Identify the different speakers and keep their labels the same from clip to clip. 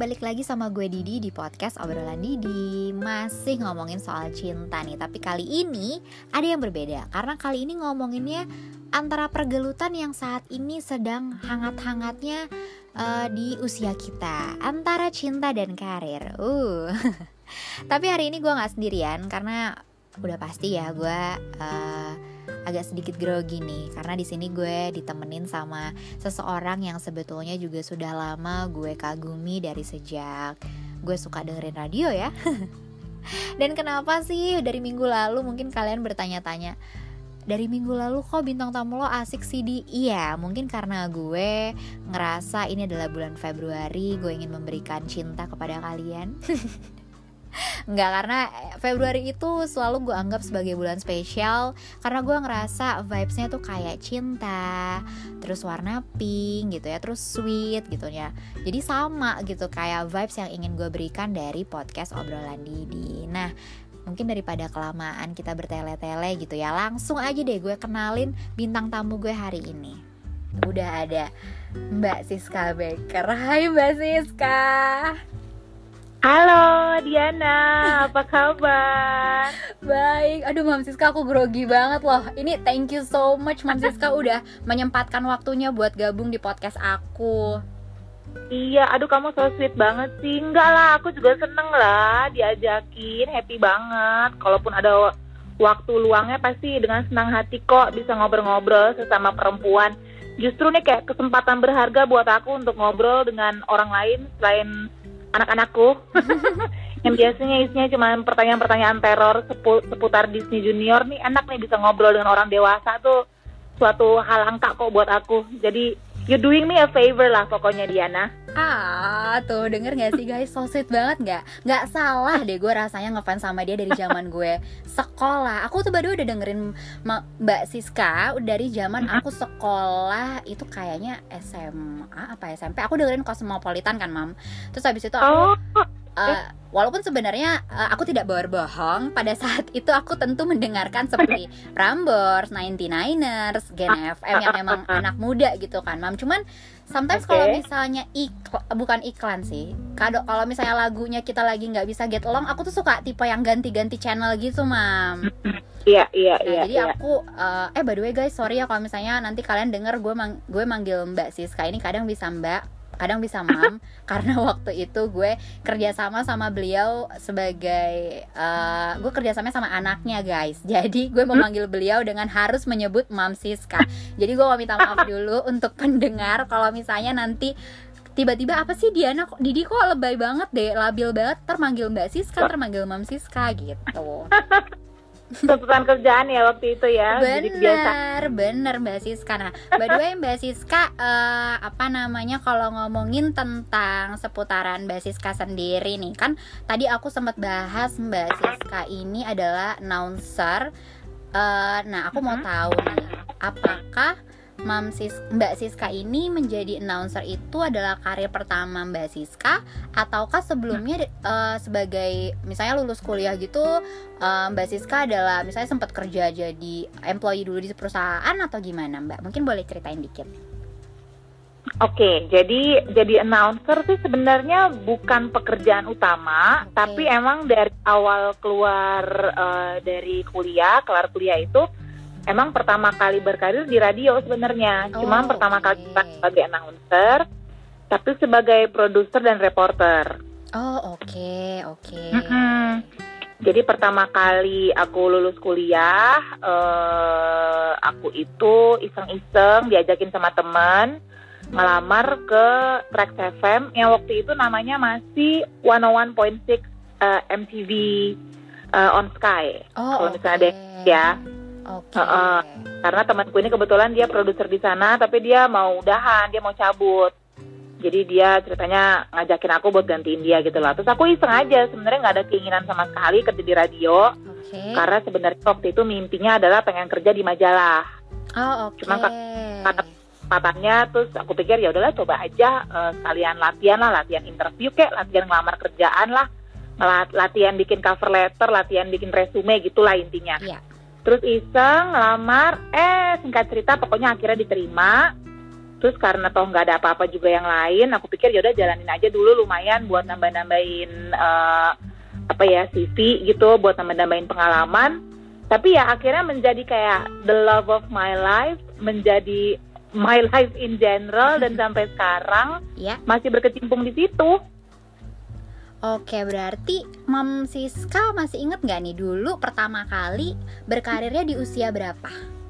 Speaker 1: balik lagi sama gue Didi di podcast Obrolan Didi. Masih ngomongin soal cinta nih, tapi kali ini ada yang berbeda. Karena kali ini ngomonginnya antara pergelutan yang saat ini sedang hangat-hangatnya di usia kita, antara cinta dan karir. Tapi hari ini gue gak sendirian, karena udah pasti ya gue agak sedikit grogi nih, karena di sini gue ditemenin sama seseorang yang sebetulnya juga sudah lama gue kagumi dari sejak gue suka dengerin radio ya. Dan kenapa sih dari minggu lalu, mungkin kalian bertanya-tanya, dari minggu lalu kok bintang tamu lo asik sih Di? Iya, mungkin karena gue ngerasa ini adalah bulan Februari, gue ingin memberikan cinta kepada kalian. Enggak, karena Februari itu selalu gue anggap sebagai bulan spesial, karena gue ngerasa vibes-nya tuh kayak cinta, terus warna pink gitu ya, terus sweet gitu ya. Jadi sama gitu kayak vibes yang ingin gue berikan dari podcast Obrolan Didi. Nah, mungkin daripada kelamaan kita bertele-tele gitu ya, langsung aja deh gue kenalin bintang tamu gue hari ini. Udah ada Mbak Siska Becker. Hai Mbak Siska.
Speaker 2: Halo Diana, apa kabar?
Speaker 1: Baik, aduh Mam Siska, aku grogi banget loh. Ini thank you so much Mam Siska udah menyempatkan waktunya buat gabung di podcast aku.
Speaker 2: Iya, aduh kamu so sweet banget sih. Enggak lah, aku juga seneng lah diajakin, happy banget. Kalaupun ada waktu luangnya pasti dengan senang hati kok bisa ngobrol-ngobrol sesama perempuan. Justru nih kayak kesempatan berharga buat aku untuk ngobrol dengan orang lain selain anak-anakku. Yang biasanya isinya cuma pertanyaan-pertanyaan teror seputar Disney Junior. Nih enak nih bisa ngobrol dengan orang dewasa tuh suatu hal langka kok buat aku. Jadi you doing me a favor lah pokoknya Diana.
Speaker 1: Tuh denger gak sih guys, so sweet banget gak salah deh gue rasanya ngefans sama dia dari zaman gue sekolah. Aku tuh baru udah dengerin Mbak Siska dari zaman aku sekolah. Itu kayaknya SMA apa SMP. Aku dengerin Cosmopolitan kan Mam. Terus habis itu aku walaupun sebenarnya aku tidak berbohong, pada saat itu aku tentu mendengarkan seperti Prambors, 99ers, Gen FM yang memang anak muda gitu kan Mam. Cuman sometimes kalau misalnya bukan iklan sih, kalau misalnya lagunya kita lagi nggak bisa get along, aku tuh suka tipe yang ganti-ganti channel gitu Mam.
Speaker 2: Iya.
Speaker 1: Jadi aku by the way guys, sorry ya kalau misalnya nanti kalian denger gue manggil Mbak Siska ini kadang bisa Mbak, kadang bisa Mam, karena waktu itu gue kerjasama sama beliau sebagai gue kerjasama sama anaknya guys. Jadi gue memanggil beliau dengan harus menyebut Mam Siska. Jadi gue mau minta maaf dulu untuk pendengar kalau misalnya nanti tiba-tiba apa sih Diana, Didi kok lebay banget deh, labil banget, termanggil Mbak Siska, termanggil Mam Siska gitu.
Speaker 2: Tuntutan kerjaan ya waktu itu ya.
Speaker 1: Bener Mbak Siska. Nah, by the way Mbak Siska, kalau ngomongin tentang seputaran Mbak Siska sendiri nih, kan tadi aku sempat bahas Mbak Siska ini adalah announcer. Nah, aku mau tahu nih, apakah Mbak Siska ini menjadi announcer itu adalah karir pertama Mbak Siska, ataukah sebelumnya sebagai misalnya lulus kuliah gitu, Mbak Siska adalah misalnya sempat kerja jadi employee dulu di perusahaan atau gimana Mbak? Mungkin boleh ceritain dikit.
Speaker 2: Oke, jadi announcer sih sebenarnya bukan pekerjaan utama, tapi emang dari awal keluar dari kelar kuliah itu emang pertama kali berkarir di radio sebenarnya. Cuma pertama kali sebagai announcer, tapi sebagai produser dan reporter.
Speaker 1: Oke.
Speaker 2: Jadi pertama kali aku lulus kuliah, aku itu iseng-iseng diajakin sama teman ngelamar ke Trax FM yang waktu itu namanya masih 101.6 MTV on Sky. Kalau misalnya ada ya. Karena temanku ini kebetulan dia produser di sana, tapi dia mau udahan, dia mau cabut. Jadi dia ceritanya ngajakin aku buat gantiin dia gitu lah. Terus aku iseng aja, sebenarnya nggak ada keinginan sama sekali kerja di radio. Karena sebenarnya waktu itu mimpinya adalah pengen kerja di majalah. Cuma karena kesempatannya, terus aku pikir ya udahlah coba aja, sekalian latihan interview kek, latihan ngelamar kerjaan lah, latihan bikin cover letter, latihan bikin resume gitulah intinya. Terus iseng ngelamar, singkat cerita pokoknya akhirnya diterima. Terus karena toh nggak ada apa-apa juga yang lain, aku pikir ya udah jalanin aja dulu, lumayan buat nambah-nambahin CV gitu, buat nambah-nambahin pengalaman. Tapi ya akhirnya menjadi kayak the love of my life, menjadi my life in general, dan sampai sekarang masih berkecimpung di situ.
Speaker 1: Oke, berarti Mam Siska masih inget nggak nih dulu pertama kali berkarirnya di usia berapa?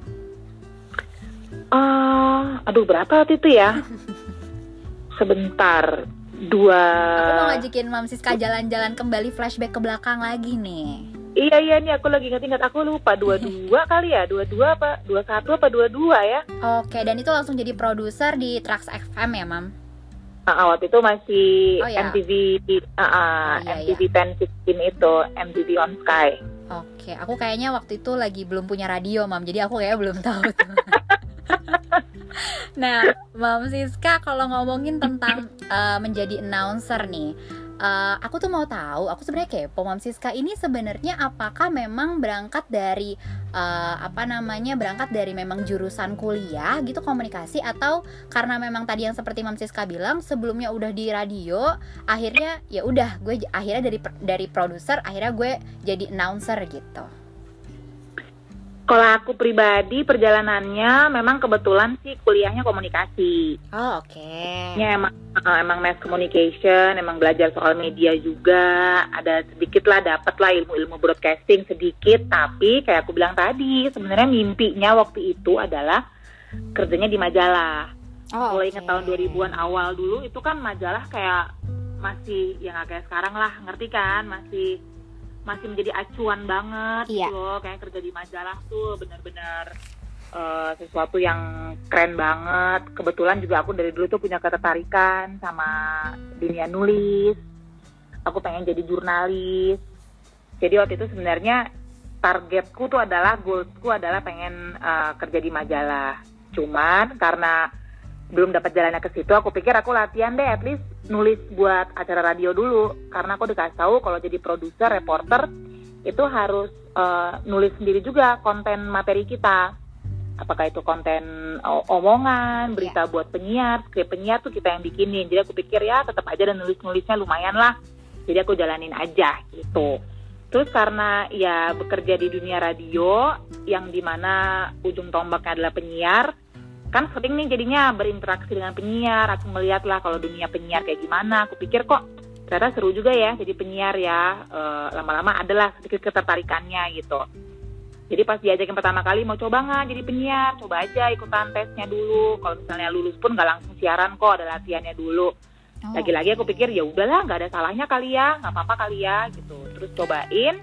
Speaker 2: Berapa waktu itu ya? Sebentar,
Speaker 1: Aku mau ngajakin Mam Siska jalan-jalan kembali, flashback ke belakang lagi nih.
Speaker 2: Iya nih, aku lagi ingat, aku lupa 22 kali ya, 22 apa 21 apa 22 ya.
Speaker 1: Oke, dan itu langsung jadi produser di Trax FM ya, Mam?
Speaker 2: Waktu itu masih MTV MTV 10-16 itu, MTV on Sky.
Speaker 1: Oke, aku kayaknya waktu itu lagi belum punya radio, Mam, jadi aku kayaknya belum tahu tuh. Nah, Mam Siska, kalau ngomongin tentang menjadi announcer nih, aku tuh mau tahu, aku sebenarnya kepo, Mam Siska ini sebenarnya apakah memang berangkat dari berangkat dari memang jurusan kuliah gitu, komunikasi, atau karena memang tadi yang seperti Mam Siska bilang sebelumnya udah di radio, akhirnya ya udah gue akhirnya dari produser akhirnya gue jadi announcer gitu.
Speaker 2: Kalau aku pribadi perjalanannya memang kebetulan sih kuliahnya komunikasi.
Speaker 1: Oh, oke.
Speaker 2: Ya emang mass communication, emang belajar soal media juga, ada sedikit lah, dapet lah ilmu-ilmu broadcasting sedikit, tapi kayak aku bilang tadi, sebenarnya mimpinya waktu itu adalah kerjanya di majalah. Mulai ingat tahun 2000-an awal dulu itu kan majalah kayak masih yang kayak sekarang lah, ngerti kan? Masih menjadi acuan banget gitu loh, kayak kerja di majalah tuh benar-benar sesuatu yang keren banget. Kebetulan juga aku dari dulu tuh punya ketertarikan sama dunia nulis. Aku pengen jadi jurnalis. Jadi waktu itu sebenarnya targetku tuh adalah, goalsku adalah pengen kerja di majalah. Cuman karena belum dapat jalannya ke situ, aku pikir aku latihan deh, at least nulis buat acara radio dulu. Karena aku dikasih tahu kalau jadi produser, reporter itu harus nulis sendiri juga konten materi kita. Apakah itu konten omongan, berita buat penyiar, skrip penyiar tuh kita yang bikinin. Jadi aku pikir ya tetap aja dan nulis-nulisnya lumayan lah. Jadi aku jalanin aja gitu. Terus karena ya bekerja di dunia radio yang dimana ujung tombaknya adalah penyiar, kan sering nih jadinya berinteraksi dengan penyiar. Aku ngeliat lah kalau dunia penyiar kayak gimana. Aku pikir kok ternyata seru juga ya jadi penyiar ya. Lama-lama adalah sedikit ketertarikannya gitu. Jadi pas diajakin pertama kali mau coba nggak jadi penyiar, coba aja ikutan tesnya dulu. Kalau misalnya lulus pun nggak langsung siaran kok, ada latihannya dulu. Lagi-lagi aku pikir ya udahlah, nggak ada salahnya kali ya, nggak apa-apa kali ya gitu. Terus cobain.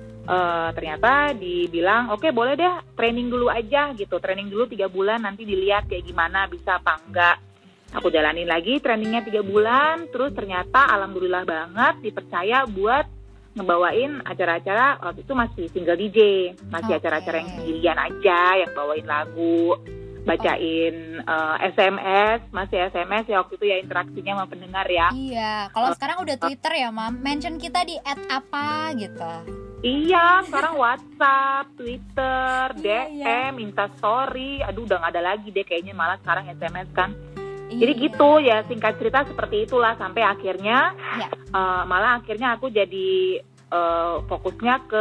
Speaker 2: Ternyata dibilang oke, boleh deh training dulu aja gitu, training dulu 3 bulan, nanti dilihat kayak gimana, bisa apa enggak. Aku jalanin lagi trainingnya 3 bulan, terus ternyata alhamdulillah banget dipercaya buat ngebawain acara-acara. Waktu itu masih single DJ, masih acara-acara yang sendirian aja, yang bawain lagu, bacain SMS, masih SMS ya waktu itu ya, interaksinya sama pendengar ya.
Speaker 1: Iya, kalau sekarang udah Twitter ya, Mam, mention kita di @apa gitu.
Speaker 2: Iya, sekarang WhatsApp, Twitter, DM, Instastory, aduh udah gak ada lagi deh kayaknya, malah sekarang SMS kan. Jadi gitu ya, singkat cerita seperti itulah sampai akhirnya malah akhirnya aku jadi fokusnya ke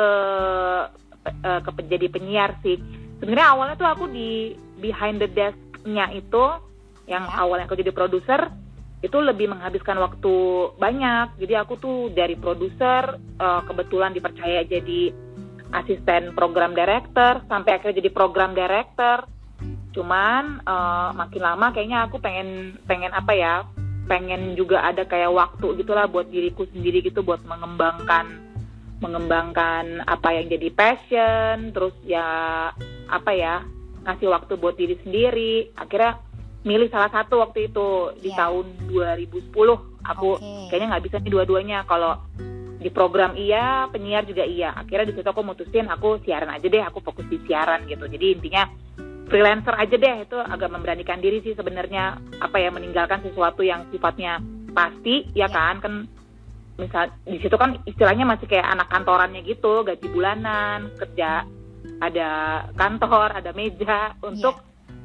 Speaker 2: jadi penyiar sih. Sebenarnya awalnya tuh aku di behind the desk-nya itu, yang awalnya aku jadi produser, itu lebih menghabiskan waktu banyak. Jadi aku tuh dari produser kebetulan dipercaya jadi asisten program director, sampai akhirnya jadi program director. Cuman makin lama kayaknya aku pengen pengen juga ada kayak waktu gitulah buat diriku sendiri gitu, buat mengembangkan apa yang jadi passion, terus ya ngasih waktu buat diri sendiri. Akhirnya milih salah satu waktu itu di tahun 2010. Aku kayaknya nggak bisa nih dua-duanya. Kalau di program iya, penyiar juga iya. Akhirnya di situ aku mutusin aku siaran aja deh, aku fokus di siaran gitu. Jadi intinya freelancer aja deh. Itu agak memberanikan diri sih sebenarnya, meninggalkan sesuatu yang sifatnya pasti ya kan misal di situ kan istilahnya masih kayak anak kantorannya gitu, gaji bulanan, kerja, ada kantor, ada meja untuk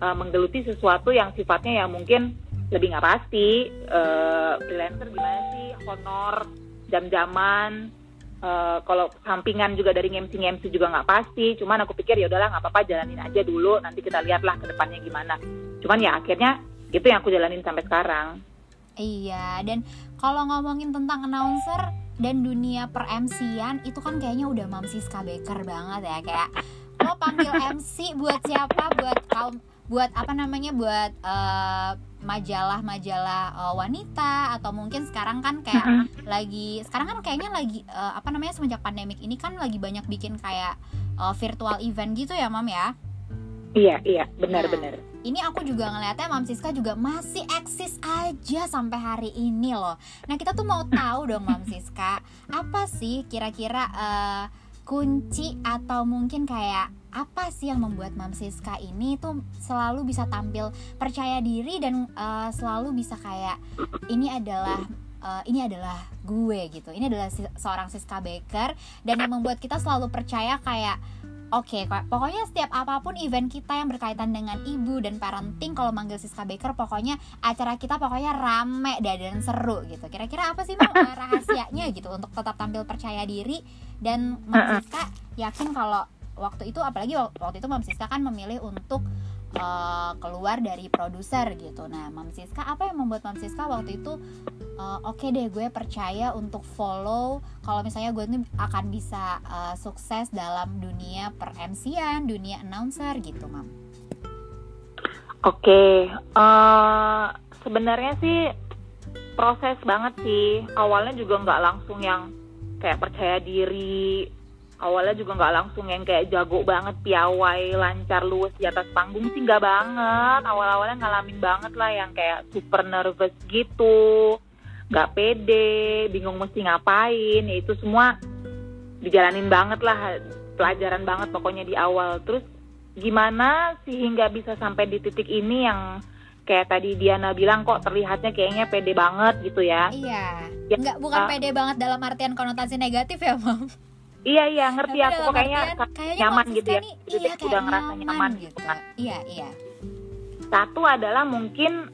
Speaker 2: menggeluti sesuatu yang sifatnya yang mungkin lebih nggak pasti. Freelancer gimana sih, honor, jam-jaman, kalau sampingan juga dari MC juga nggak pasti. Cuman aku pikir ya udahlah nggak apa-apa, jalanin aja dulu, nanti kita lihatlah ke depannya gimana. Cuman ya akhirnya itu yang aku jalanin sampai sekarang.
Speaker 1: Iya, dan kalau ngomongin tentang announcer dan dunia per MC-an itu kan kayaknya udah Mam Siska Baker banget ya. Kayak lo panggil MC buat siapa? Buat apa namanya? Buat majalah-majalah wanita, atau mungkin sekarang kan kayak sekarang kan kayaknya lagi apa namanya, semenjak pandemik ini kan lagi banyak bikin kayak virtual event gitu ya, Mam ya?
Speaker 2: Iya, benar-benar.
Speaker 1: Ini aku juga ngeliatnya Mam Siska juga masih eksis aja sampai hari ini loh. Nah, kita tuh mau tahu dong Mam Siska, apa sih kira-kira kunci atau mungkin kayak apa sih yang membuat Mam Siska ini tuh selalu bisa tampil percaya diri dan selalu bisa kayak ini adalah gue gitu. Ini adalah seorang Siska Baker, dan yang membuat kita selalu percaya kayak oke, pokoknya setiap apapun event kita yang berkaitan dengan ibu dan parenting, kalau manggil Siska Baker pokoknya acara kita pokoknya rame dan seru gitu. Kira-kira apa sih Mam rahasianya gitu untuk tetap tampil percaya diri, dan Mam Siska yakin kalau waktu itu, apalagi waktu itu Mam Siska kan memilih untuk keluar dari produser gitu. Nah, Mam Siska, apa yang membuat Mam Siska waktu itu oke deh, gue percaya untuk follow kalau misalnya gue ini akan bisa sukses dalam dunia per MC-an, dunia announcer gitu, Mam?
Speaker 2: Oke, sebenarnya sih proses banget sih. Awalnya juga nggak langsung yang kayak percaya diri. Awalnya juga nggak langsung yang kayak jago banget, piawai, lancar, luwes di atas panggung sih, nggak banget. Awal-awalnya ngalamin banget lah yang kayak super nervous gitu, nggak pede, bingung mesti ngapain. Ya itu semua dijalanin banget lah, pelajaran banget pokoknya di awal. Terus gimana sehingga bisa sampai di titik ini yang kayak tadi Diana bilang, kok terlihatnya kayaknya pede banget gitu ya.
Speaker 1: Iya, ya, bukan pede banget dalam artian konotasi negatif ya, Mam?
Speaker 2: Iya, ngerti. Tapi aku kayaknya nyaman gitu ya.
Speaker 1: Nih, iya,
Speaker 2: udah ngerasa nyaman gitu kan.
Speaker 1: Iya.
Speaker 2: Satu adalah mungkin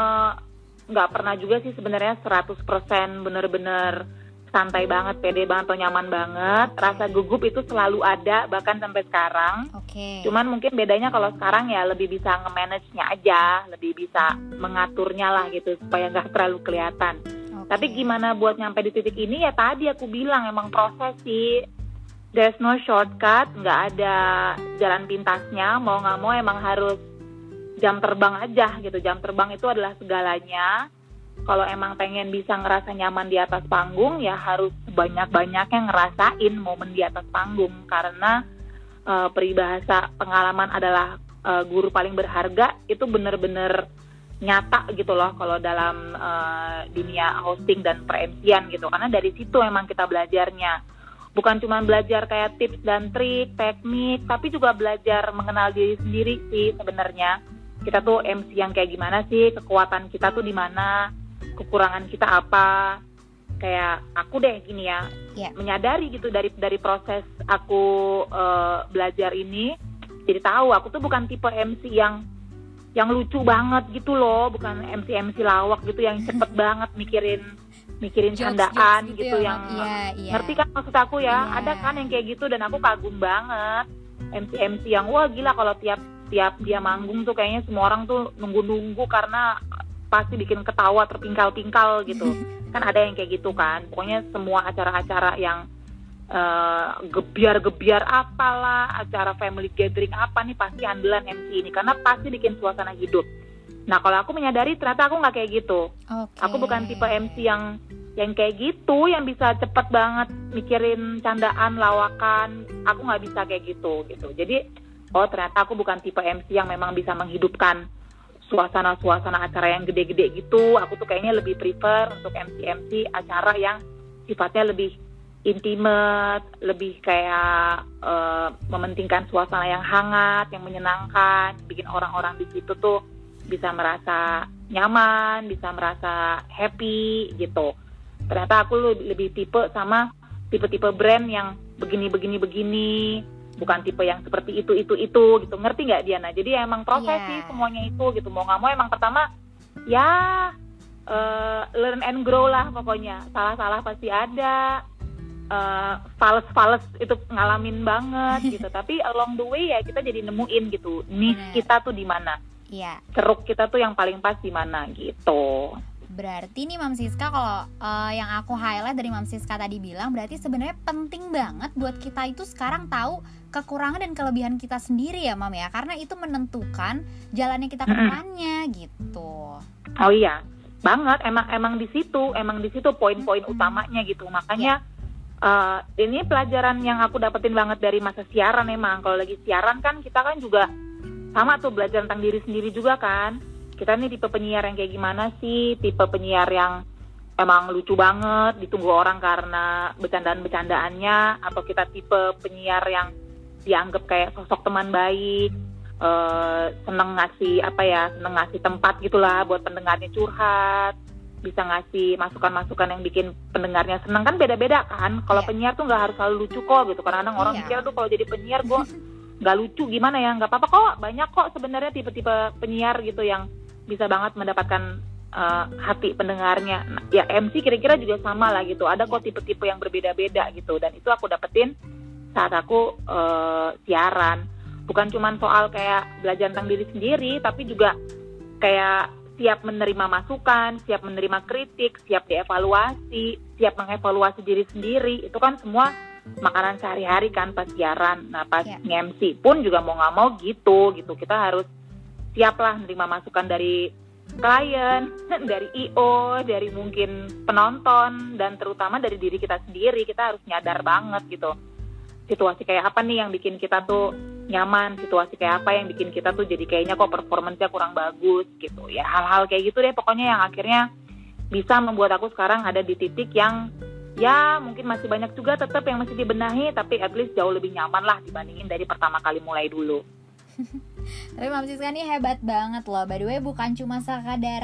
Speaker 2: nggak pernah juga sih sebenarnya 100% bener-bener santai banget, pede banget atau nyaman banget. Rasa gugup itu selalu ada, bahkan sampai sekarang. Cuman mungkin bedanya kalau sekarang ya lebih bisa nge-manage-nya aja, lebih bisa mengaturnya lah gitu supaya nggak terlalu kelihatan. Tapi gimana buat nyampe di titik ini, ya tadi aku bilang emang proses sih. There's no shortcut, nggak ada jalan pintasnya. Mau nggak mau emang harus jam terbang aja gitu. Jam terbang itu adalah segalanya. Kalau emang pengen bisa ngerasa nyaman di atas panggung, ya harus sebanyak-banyaknya ngerasain momen di atas panggung. Karena peribahasa pengalaman adalah guru paling berharga, itu bener-bener nyata gitu loh kalau dalam dunia hosting dan per-MC-an gitu. Karena dari situ emang kita belajarnya. Bukan cuma belajar kayak tips dan trik, teknik, tapi juga belajar mengenal diri sendiri sih sebenarnya. Kita tuh MC yang kayak gimana sih, kekuatan kita tuh di mana, kekurangan kita apa. Kayak aku deh gini ya, menyadari gitu dari proses aku belajar ini, jadi tahu aku tuh bukan tipe MC yang lucu banget gitu loh, bukan MC lawak gitu yang cepet banget mikirin candaan gitu yang ngerti kan maksud aku ya. Ada kan yang kayak gitu, dan aku kagum banget MC yang wah gila kalau tiap dia manggung tuh kayaknya semua orang tuh nunggu karena pasti bikin ketawa terpingkal-pingkal gitu. Kan ada yang kayak gitu kan. Pokoknya semua acara-acara yang gebiar-gebiar apalah, acara family gathering apa nih pasti andalan MC ini, karena pasti bikin suasana hidup. Nah kalau aku menyadari ternyata aku nggak kayak gitu. Aku bukan tipe MC yang kayak gitu, yang bisa cepet banget mikirin candaan, lawakan. Aku nggak bisa kayak gitu. Jadi ternyata aku bukan tipe MC yang memang bisa menghidupkan suasana acara yang gede-gede gitu. Aku tuh kayaknya lebih prefer untuk MC acara yang sifatnya lebih intimate, lebih kayak mementingkan suasana yang hangat, yang menyenangkan, bikin orang-orang di situ tuh bisa merasa nyaman, bisa merasa happy gitu. Ternyata aku lebih tipe sama tipe-tipe brand yang begini, bukan tipe yang seperti itu gitu, ngerti nggak Diana? Jadi emang profesi semuanya itu gitu, mau nggak mau emang pertama ya learn and grow lah pokoknya, salah pasti ada, fals itu ngalamin banget gitu, tapi along the way ya kita jadi nemuin gitu niche kita tuh di mana, ceruk kita tuh yang paling pas di mana gitu.
Speaker 1: Berarti nih Mam Siska, kalau yang aku highlight dari Mam Siska tadi bilang, berarti sebenarnya penting banget buat kita itu sekarang tahu kekurangan dan kelebihan kita sendiri ya Mam ya, karena itu menentukan jalannya kita ke depannya gitu.
Speaker 2: Oh iya, banget, emang di situ poin-poin utamanya gitu. Makanya ini pelajaran yang aku dapetin banget dari masa siaran. Emang kalau lagi siaran kan kita kan juga sama tuh belajar tentang diri sendiri juga kan. Kita nih tipe penyiar yang kayak gimana sih? Tipe penyiar yang emang lucu banget, ditunggu orang karena bercandaan-bercandaannya, atau kita tipe penyiar yang dianggap kayak sosok teman baik, seneng ngasih tempat gitulah buat pendengarnya curhat, bisa ngasih masukan-masukan yang bikin pendengarnya seneng, kan beda-beda kan. Kalau penyiar tuh nggak harus selalu lucu kok gitu. Kadang-kadang orang mikir tuh kalau jadi penyiar gue nggak lucu gimana ya, nggak apa-apa kok, banyak kok sebenarnya tipe-tipe penyiar gitu yang bisa banget mendapatkan hati pendengarnya. Nah, ya MC kira-kira juga sama lah gitu, ada kok tipe-tipe yang berbeda-beda gitu, dan itu aku dapetin saat aku siaran. Bukan cuma soal kayak belajar tentang diri sendiri, tapi juga kayak siap menerima masukan, siap menerima kritik, siap dievaluasi, siap mengevaluasi diri sendiri. Itu kan semua makanan sehari-hari kan pas siaran. Nah pas nge-MC pun juga mau nggak mau gitu. Kita harus siap lah menerima masukan dari klien, dari IO, dari mungkin penonton, dan terutama dari diri kita sendiri. Kita harus nyadar banget gitu, situasi kayak apa nih yang bikin kita tuh nyaman, situasi kayak apa yang bikin kita tuh jadi kayaknya kok performance-nya kurang bagus gitu. Ya hal-hal kayak gitu deh pokoknya yang akhirnya bisa membuat aku sekarang ada di titik yang ya mungkin masih banyak juga tetap yang masih dibenahi, tapi at least jauh lebih nyaman lah dibandingin dari pertama kali mulai dulu.
Speaker 1: Tapi Mam Siska nih hebat banget loh. By the way, bukan cuma sekedar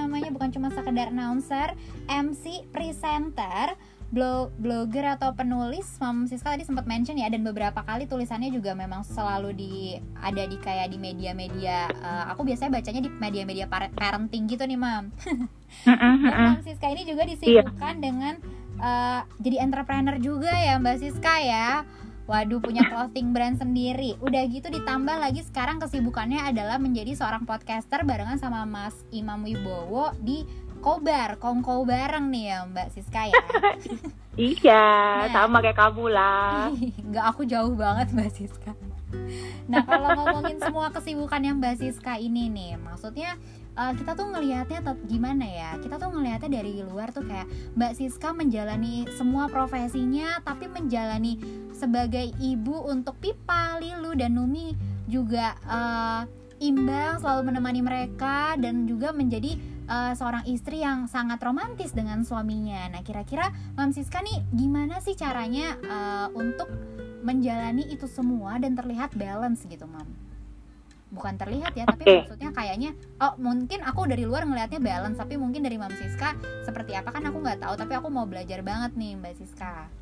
Speaker 1: announcer, MC, presenter, blogger atau penulis. Mam Siska tadi sempat mention ya, dan beberapa kali tulisannya juga memang selalu ada di kayak di media-media. Aku biasanya bacanya di media-media parenting gitu nih Mam. Mam Siska ini juga disibukkan dengan jadi entrepreneur juga ya Mbak Siska ya. Waduh, punya clothing brand sendiri. Udah gitu ditambah lagi sekarang kesibukannya adalah menjadi seorang podcaster barengan sama Mas Imam Wibowo di Kobar, Kongko bareng nih ya Mbak Siska ya.
Speaker 2: Iya, sama kayak kamu lah.
Speaker 1: Enggak, aku jauh banget Mbak Siska. Nah, kalau ngomongin semua kesibukan yang Mbak Siska ini nih, maksudnya kita tuh ngelihatnya gimana ya? Kita tuh ngelihatnya dari luar tuh kayak Mbak Siska menjalani semua profesinya, tapi menjalani sebagai ibu untuk Pipa, Lilu, dan Numi juga imbang, selalu menemani mereka, dan juga menjadi seorang istri yang sangat romantis dengan suaminya. Nah, kira-kira Mam Siska nih gimana sih caranya untuk menjalani itu semua dan terlihat balance gitu, Mam? Bukan terlihat ya, tapi maksudnya kayaknya mungkin aku dari luar ngelihatnya balance, tapi mungkin dari Mam Siska seperti apa kan aku nggak tahu, tapi aku mau belajar banget nih Mbak Siska.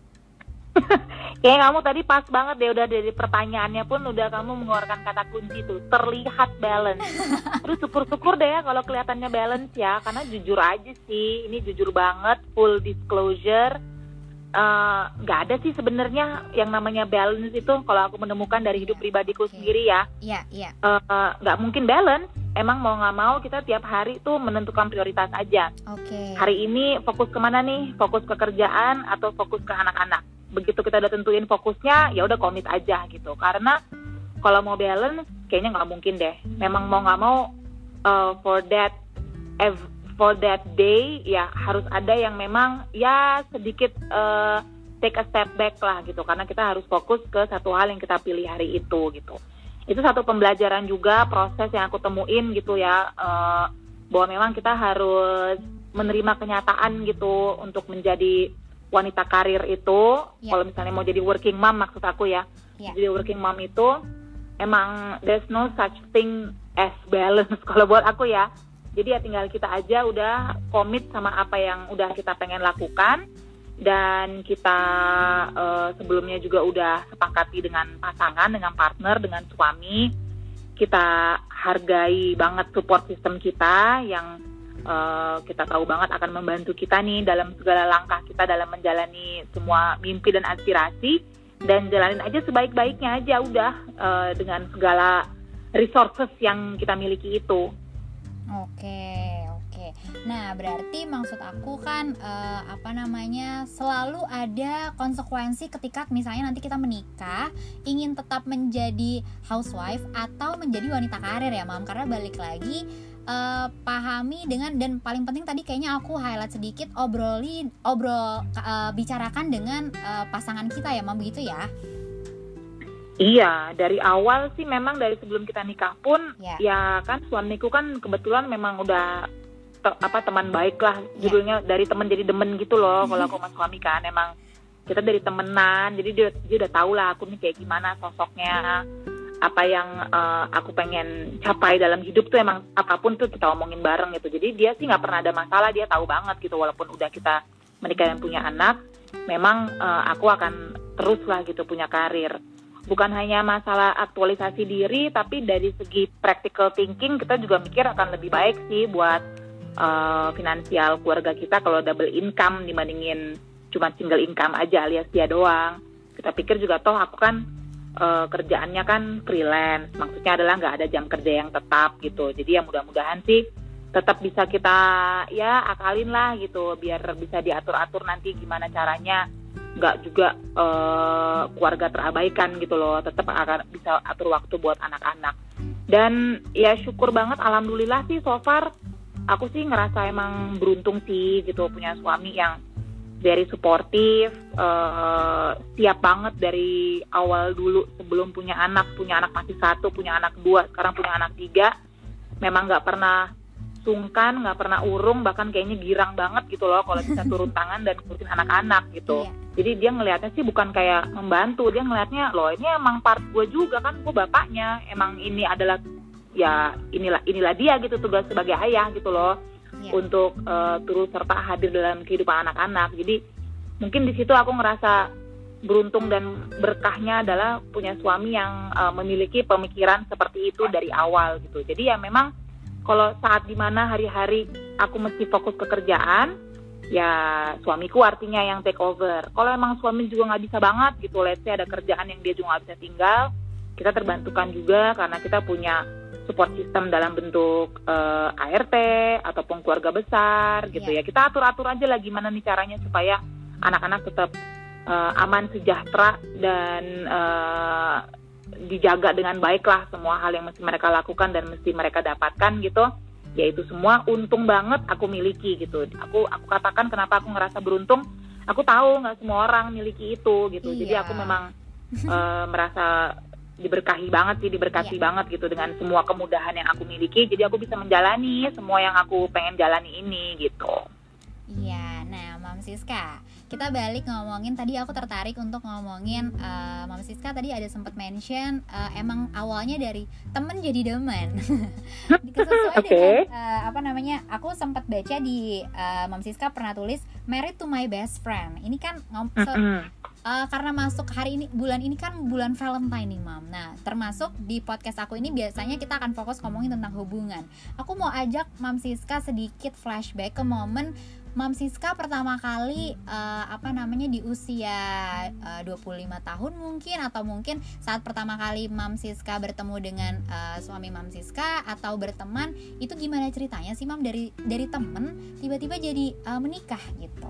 Speaker 2: Kayaknya kamu tadi pas banget deh, udah dari pertanyaannya pun udah kamu mengeluarkan kata kunci tuh, terlihat balance. Terus syukur-syukur deh ya kalau kelihatannya balance ya, karena jujur aja sih, ini jujur banget, full disclosure, nggak ada sih sebenarnya yang namanya balance itu. Kalau aku menemukan dari hidup pribadiku sendiri ya, nggak mungkin balance. Emang mau nggak mau kita tiap hari tuh menentukan prioritas aja. Hari ini fokus kemana nih? Fokus ke kerjaan atau fokus ke anak-anak? Begitu kita udah tentuin fokusnya, ya udah komit aja gitu. Karena kalau mau balance, kayaknya nggak mungkin deh. Memang mau nggak mau for that day ya harus ada yang memang ya sedikit take a step back lah gitu. Karena kita harus fokus ke satu hal yang kita pilih hari itu gitu. Itu satu pembelajaran juga, proses yang aku temuin gitu ya, bahwa memang kita harus menerima kenyataan gitu untuk menjadi wanita karir itu. Kalau misalnya mau jadi working mom, maksud aku ya, jadi working mom itu emang there's no such thing as balance kalau buat aku ya. Jadi ya tinggal kita aja udah komit sama apa yang udah kita pengen lakukan, dan kita sebelumnya juga udah sepakati dengan pasangan, dengan partner, dengan suami, kita hargai banget support system kita yang kita tahu banget akan membantu kita nih dalam segala langkah kita dalam menjalani semua mimpi dan aspirasi, dan jalanin aja sebaik-baiknya aja udah dengan segala resources yang kita miliki itu.
Speaker 1: Oke. Nah, berarti maksud aku kan selalu ada konsekuensi ketika misalnya nanti kita menikah, ingin tetap menjadi housewife atau menjadi wanita karir ya, Mam. Karena balik lagi pahami dengan, dan paling penting tadi kayaknya aku highlight sedikit, bicarakan dengan pasangan kita ya, Mam, begitu ya.
Speaker 2: Iya, dari awal sih memang dari sebelum kita nikah pun ya kan suamiku kan kebetulan memang udah teman baik lah, judulnya dari teman jadi demen gitu loh. Kalau aku sama suami kan emang kita dari temenan, jadi dia udah tahu lah aku nih kayak gimana sosoknya, apa yang aku pengen capai dalam hidup tuh, emang apapun tuh kita omongin bareng gitu. Jadi dia sih nggak pernah ada masalah, dia tahu banget gitu, walaupun udah kita menikah dan punya anak, memang aku akan terus lah gitu punya karir. Bukan hanya masalah aktualisasi diri, tapi dari segi practical thinking kita juga mikir akan lebih baik sih buat finansial keluarga kita kalau double income dibandingin cuma single income aja alias dia doang. Kita pikir juga toh aku kan kerjaannya kan freelance, maksudnya adalah nggak ada jam kerja yang tetap gitu. Jadi ya mudah-mudahan sih tetap bisa kita ya akalin lah gitu, biar bisa diatur-atur nanti gimana caranya, nggak juga keluarga terabaikan gitu loh, tetap akan bisa atur waktu buat anak-anak. Dan ya syukur banget, alhamdulillah sih so far aku sih ngerasa emang beruntung sih gitu punya suami yang very supportive, siap banget dari awal dulu sebelum punya anak masih 1, punya anak 2, sekarang punya anak 3, memang nggak pernah sungkan, nggak pernah urung, bahkan kayaknya girang banget gitu loh kalau bisa turun tangan dan ngurusin anak-anak gitu. Jadi dia ngelihatnya sih bukan kayak membantu, dia ngelihatnya loh ini emang part gue juga kan, gue bapaknya, emang ini adalah ya inilah dia gitu tugas sebagai ayah gitu loh, untuk turut serta hadir dalam kehidupan anak-anak. Jadi mungkin di situ aku ngerasa beruntung dan berkahnya adalah punya suami yang memiliki pemikiran seperti itu dari awal gitu. Jadi ya memang kalau saat dimana hari-hari aku mesti fokus ke kerjaan, ya suamiku artinya yang take over. Kalau emang suami juga nggak bisa banget gitu, let's say ada kerjaan yang dia juga nggak bisa tinggal, kita terbantukan juga karena kita punya support system dalam bentuk ART ataupun keluarga besar gitu ya. Kita atur-atur aja lah gimana nih caranya supaya anak-anak tetap aman, sejahtera, dan dijaga dengan baik lah semua hal yang mesti mereka lakukan dan mesti mereka dapatkan gitu. Yaitu semua untung banget aku miliki gitu. Aku katakan kenapa aku ngerasa beruntung, aku tahu nggak semua orang miliki itu gitu. Jadi aku memang merasa diberkahi banget gitu dengan semua kemudahan yang aku miliki. Jadi aku bisa menjalani semua yang aku pengen jalani ini gitu.
Speaker 1: Iya, nah Mam Siska, kita balik ngomongin, tadi aku tertarik untuk ngomongin Mam Siska tadi ada sempat mention emang awalnya dari temen jadi demen. Sesuai dengan aku sempat baca di Mam Siska pernah tulis married to my best friend. Ini kan karena masuk hari ini, bulan ini kan bulan Valentine nih Mam. Nah termasuk di podcast aku ini biasanya kita akan fokus ngomongin tentang hubungan. Aku mau ajak Mam Siska sedikit flashback ke momen Mam Siska pertama kali di usia 25 tahun mungkin, atau mungkin saat pertama kali Mam Siska bertemu dengan suami Mam Siska atau berteman, itu gimana ceritanya sih Mam, dari temen tiba-tiba jadi menikah gitu?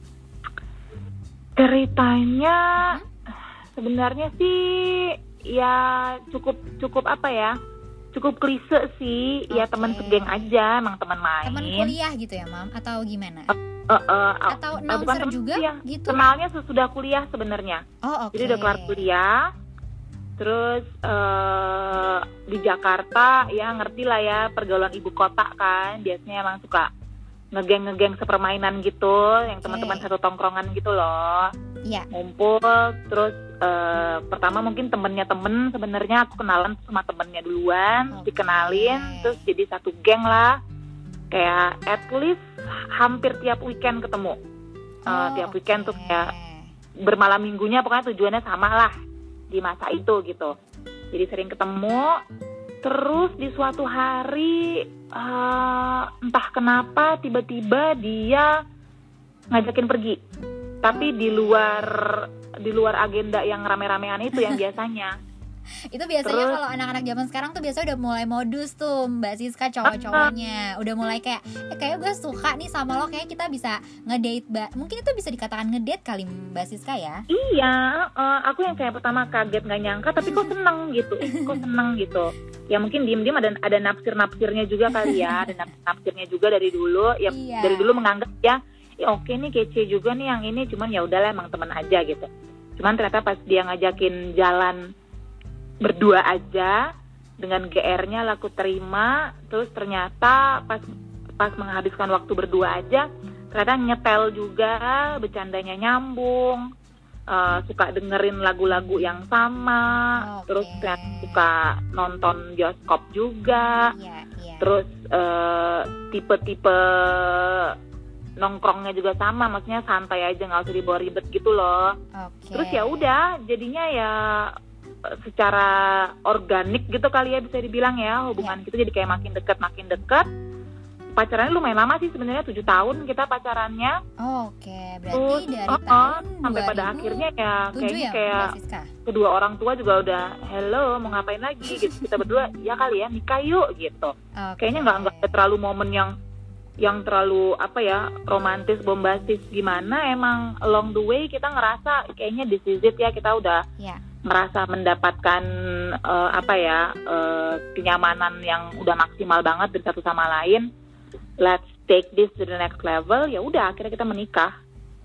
Speaker 2: Ceritanya sebenarnya sih ya cukup cukup klise sih. Ya teman segeng aja, emang teman main.
Speaker 1: Teman kuliah gitu ya Mam, atau gimana? Atau
Speaker 2: bukan
Speaker 1: juga
Speaker 2: kuliah.
Speaker 1: gitu?
Speaker 2: Kenalnya sesudah kuliah sebenarnya. Jadi udah kelar kuliah, terus di Jakarta ya ngerti lah ya pergaulan ibu kota kan, biasanya emang suka ngegeng sepermainan gitu, yang teman-teman satu tongkrongan gitu loh. Ngumpul, terus pertama mungkin temennya temen, sebenarnya aku kenalan sama temennya duluan, dikenalin, terus jadi satu geng lah, kayak at least hampir tiap weekend ketemu. Tiap weekend tuh kayak bermalam minggunya pokoknya tujuannya sama lah di masa itu gitu. Jadi sering ketemu. Terus di suatu hari entah kenapa tiba-tiba dia ngajakin pergi. Tapi di luar agenda yang rame-ramean itu yang biasanya.
Speaker 1: Itu biasanya kalau anak-anak zaman sekarang tuh biasanya udah mulai modus tuh Mbak Siska, cowok-cowoknya udah mulai kayak kayak gue suka nih sama lo, kayak kita bisa ngedate. Mungkin itu bisa dikatakan ngedate kali Mbak Siska ya?
Speaker 2: Iya, aku yang kayak pertama kaget nggak nyangka, tapi kok seneng gitu, ya mungkin diem-diem ada naksir-naksirnya juga kali ya, ada naksir-naksirnya juga dari dulu ya. Iya. Dari dulu menganggap ya oke nih kece juga nih yang ini, cuman ya udahlah emang teman aja gitu. Cuman ternyata pas dia ngajakin jalan berdua aja dengan GR-nya laku terima, terus ternyata pas menghabiskan waktu berdua aja ternyata nyetel juga, bercandanya nyambung, suka dengerin lagu-lagu yang sama, terus ternyata suka nonton bioskop juga, terus tipe-tipe nongkrongnya juga sama, maksudnya santai aja, nggak usah dibawa ribet gitu loh. Terus ya udah jadinya ya secara organik gitu kali ya bisa dibilang ya, hubungan kita jadi kayak makin dekat. Pacarannya lumayan lama sih sebenarnya, 7 tahun kita pacarannya.
Speaker 1: Berarti terus, dari tahun
Speaker 2: sampai pada akhirnya ya kayaknya
Speaker 1: ya,
Speaker 2: kayak kedua orang tua juga udah hello mau ngapain lagi gitu, kita berdua ya kali ya nikah yuk gitu. Kayaknya nggak ada terlalu momen yang terlalu romantis bombastis gimana. Emang along the way kita ngerasa kayaknya this is it ya, kita udah merasa mendapatkan kenyamanan yang udah maksimal banget dari satu sama lain. Let's take this to the next level. Ya udah akhirnya kita menikah.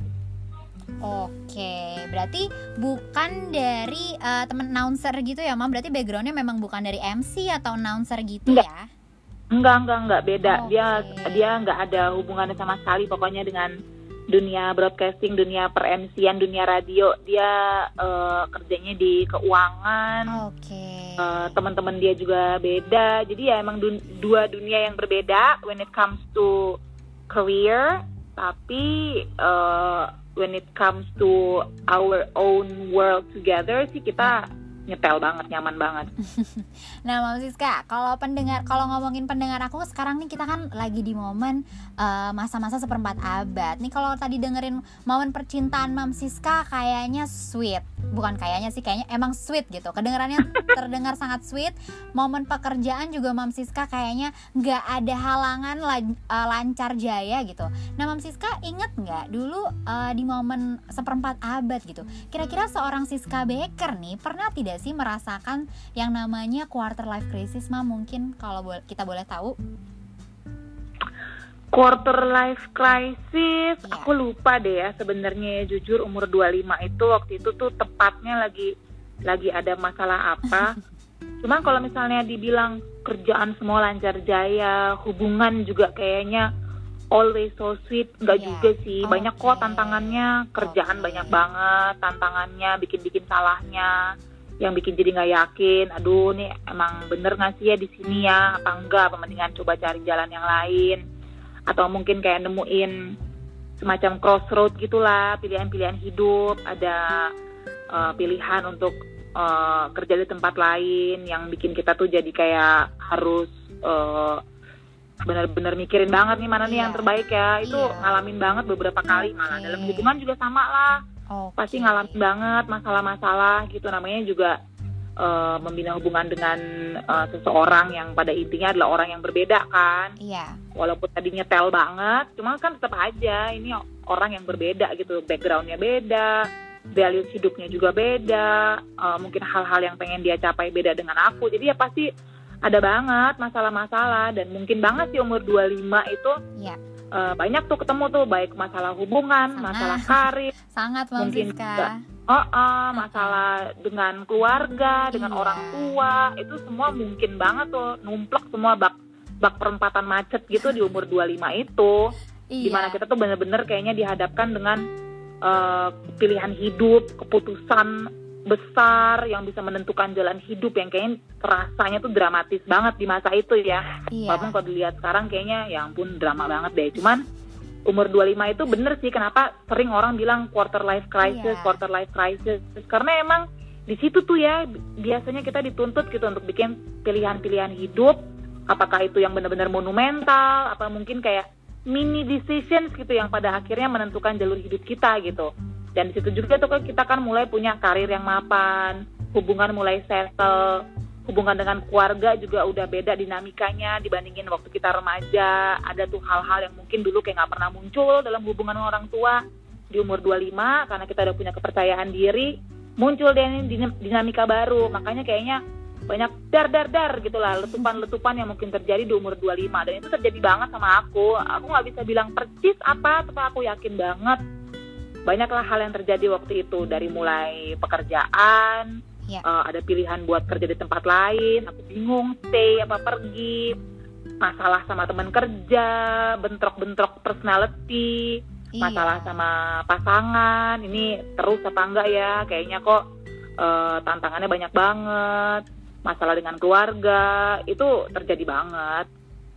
Speaker 1: Berarti bukan dari temen announcer gitu ya, Mam? Berarti backgroundnya memang bukan dari MC atau announcer gitu ya?
Speaker 2: Enggak, beda. Dia nggak ada hubungannya sama sekali pokoknya dengan dunia broadcasting, dunia per-MC-an, dunia radio. Dia kerjanya di keuangan. Teman-teman dia juga beda. Jadi ya emang dua dunia yang berbeda when it comes to career. Tapi when it comes to our own world together sih kita nyetel banget, nyaman banget.
Speaker 1: Nah, Mam Siska, kalau ngomongin pendengar aku sekarang nih, kita kan lagi di momen masa-masa seperempat abad. Nih kalau tadi dengerin momen percintaan Mam Siska kayaknya sweet. Bukan kayaknya sih, kayaknya emang sweet gitu. Kedengarannya terdengar sangat sweet. Momen pekerjaan juga Mam Siska kayaknya nggak ada halangan, lancar jaya gitu. Nah, Mam Siska inget nggak dulu di momen seperempat abad gitu, kira-kira seorang Siska Baker nih pernah tidak sih merasakan yang namanya quarter life crisis, Mam? Mungkin kalau kita boleh tahu.
Speaker 2: Quarter life crisis, aku lupa deh ya sebenarnya, jujur umur 25 itu waktu itu tuh tepatnya lagi ada masalah apa. Cuma kalau misalnya dibilang kerjaan semua lancar jaya, hubungan juga kayaknya always so sweet, enggak juga sih. Banyak kok tantangannya, kerjaan banyak banget tantangannya, bikin salahnya yang bikin jadi nggak yakin, aduh nih emang bener nggak sih ya di sini ya, apa enggak, mendingan coba cari jalan yang lain, atau mungkin kayak nemuin semacam crossroad gitulah, pilihan-pilihan hidup, ada pilihan untuk kerja di tempat lain yang bikin kita tuh jadi kayak harus benar-benar mikirin banget nih mana nih yang terbaik ya. Itu ngalamin banget beberapa kali, malah dalam hubungan juga sama lah. Pasti ngalamin banget masalah-masalah gitu, namanya juga membina hubungan dengan seseorang yang pada intinya adalah orang yang berbeda kan. Walaupun tadi nyetel banget, cuma kan tetap aja ini orang yang berbeda gitu, backgroundnya beda, values hidupnya juga beda, mungkin hal-hal yang pengen dia capai beda dengan aku. Jadi ya pasti ada banget masalah-masalah, dan mungkin banget sih umur 25 itu banyak tuh ketemu tuh, baik masalah hubungan, masalah karir,
Speaker 1: sangat
Speaker 2: mungkin
Speaker 1: juga
Speaker 2: masalah dengan keluarga, dengan orang tua, itu semua mungkin banget tuh numplek semua bak perempatan macet gitu di umur 25 itu. Dimana kita tuh bener-bener kayaknya dihadapkan dengan pilihan hidup, keputusan besar yang bisa menentukan jalan hidup yang kayaknya rasanya tuh dramatis banget di masa itu ya. Walaupun kalau dilihat sekarang kayaknya ya ampun drama banget deh. Cuman umur 25 itu bener sih kenapa sering orang bilang quarter life crisis,
Speaker 1: Iya.
Speaker 2: quarter life crisis. Karena emang di situ tuh ya biasanya kita dituntut gitu untuk bikin pilihan-pilihan hidup, apakah itu yang benar-benar monumental, apa mungkin kayak mini decisions gitu yang pada akhirnya menentukan jalur hidup kita gitu. Dan di situ juga tuh kita kan mulai punya karir yang mapan, hubungan mulai settle, hubungan dengan keluarga juga udah beda dinamikanya dibandingin waktu kita remaja. Ada tuh hal-hal yang mungkin dulu kayak nggak pernah muncul dalam hubungan orang tua. Di umur 25 karena kita udah punya kepercayaan diri, muncul deh dinamika baru. Makanya kayaknya banyak dar gitu lah, letupan-letupan yang mungkin terjadi di umur 25. Dan itu terjadi banget sama aku nggak bisa bilang persis apa, tapi aku yakin banget banyaklah hal yang terjadi waktu itu. Dari mulai pekerjaan, ada pilihan buat kerja di tempat lain, aku bingung stay apa pergi, masalah sama teman kerja, bentrok-bentrok personality, masalah sama pasangan, ini terus apa enggak ya, kayaknya kok tantangannya banyak banget. Masalah dengan keluarga itu terjadi banget.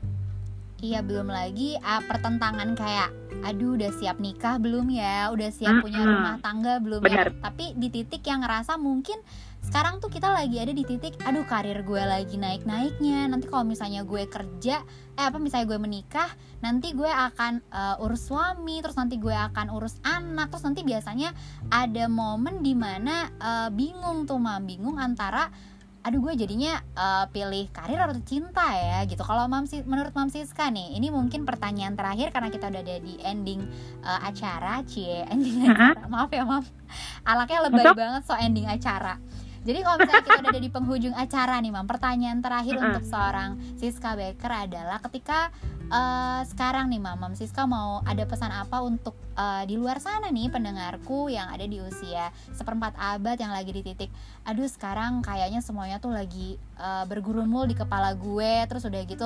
Speaker 1: Iya, belum lagi pertentangan kayak aduh udah siap nikah belum ya, udah siap punya rumah tangga belum ya. Tapi di titik yang ngerasa mungkin sekarang tuh kita lagi ada di titik aduh karir gue lagi naik-naiknya. Nanti kalau misalnya gue kerja misalnya gue menikah, nanti gue akan urus suami, terus nanti gue akan urus anak, terus nanti biasanya ada momen dimana bingung antara aduh gue jadinya pilih karir atau cinta ya gitu. Kalau menurut Mam Siska nih, ini mungkin pertanyaan terakhir karena kita udah ada di ending acara, ending acara. Maaf ya Mam, alaknya lebay banget so ending acara. Jadi kalau misalnya kita udah ada di penghujung acara nih Mam, pertanyaan terakhir untuk seorang Siska Becker adalah ketika sekarang nih Mam Siska mau ada pesan apa untuk di luar sana nih pendengarku yang ada di usia seperempat abad yang lagi di titik aduh sekarang kayaknya semuanya tuh lagi bergurumul di kepala gue, terus udah gitu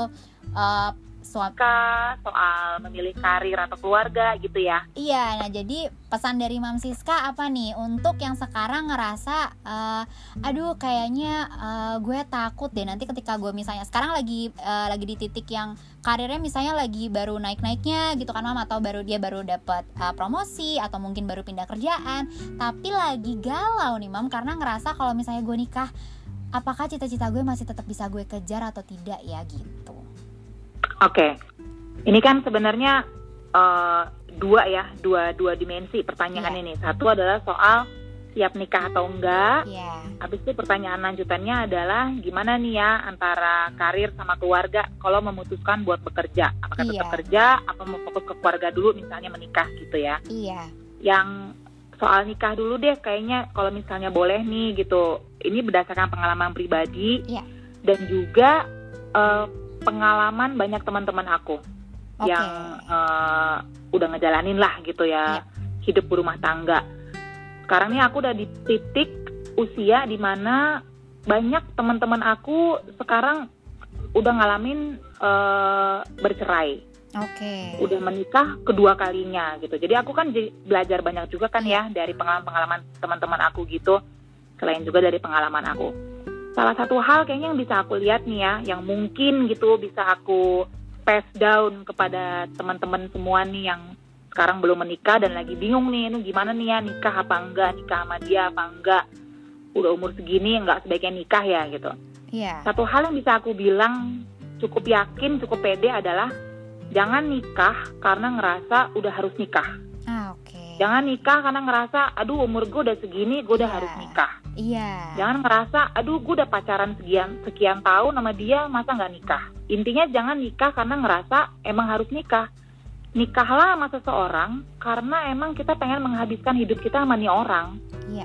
Speaker 2: soal memilih karir atau keluarga gitu ya.
Speaker 1: Iya, nah jadi pesan dari Mam Siska apa nih untuk yang sekarang ngerasa aduh kayaknya gue takut deh nanti ketika gue misalnya sekarang lagi di titik yang karirnya misalnya lagi baru naik-naiknya gitu kan Mam, atau baru dapat promosi atau mungkin baru pindah kerjaan, tapi lagi galau nih Mam karena ngerasa kalau misalnya gue nikah apakah cita-cita gue masih tetap bisa gue kejar atau tidak ya gitu.
Speaker 2: Oke. Ini kan sebenarnya dua dimensi pertanyaan ini. Satu adalah soal siap nikah atau enggak. Habis itu pertanyaan lanjutannya adalah gimana nih ya antara karir sama keluarga kalau memutuskan buat bekerja. Apakah tetap kerja atau mau fokus ke keluarga dulu misalnya menikah gitu ya. Yang soal nikah dulu deh kayaknya kalau misalnya boleh nih gitu. Ini berdasarkan pengalaman pribadi dan juga pengalaman banyak teman-teman aku yang udah ngejalanin lah gitu ya hidup berumah tangga. Sekarang nih aku udah di titik usia di mana banyak teman-teman aku sekarang udah ngalamin bercerai. Udah menikah kedua kalinya gitu. Jadi aku kan belajar banyak juga kan ya dari pengalaman teman-teman aku gitu. Selain juga dari pengalaman aku. Salah satu hal kayaknya yang bisa aku lihat nih ya, yang mungkin gitu bisa aku pass down kepada teman-teman semua nih yang sekarang belum menikah dan lagi bingung nih, ini gimana nih ya nikah apa enggak, nikah sama dia apa enggak, udah umur segini enggak sebaiknya nikah ya gitu. Satu hal yang bisa aku bilang cukup yakin, cukup pede adalah jangan nikah karena ngerasa udah harus nikah. Jangan nikah karena ngerasa aduh umur gue udah segini, gue udah harus nikah. Jangan ngerasa aduh gue udah pacaran sekian tahun sama dia, masa nggak nikah. Intinya jangan nikah karena ngerasa emang harus nikah. Nikahlah sama seseorang karena emang kita pengen menghabiskan hidup kita sama nih orang.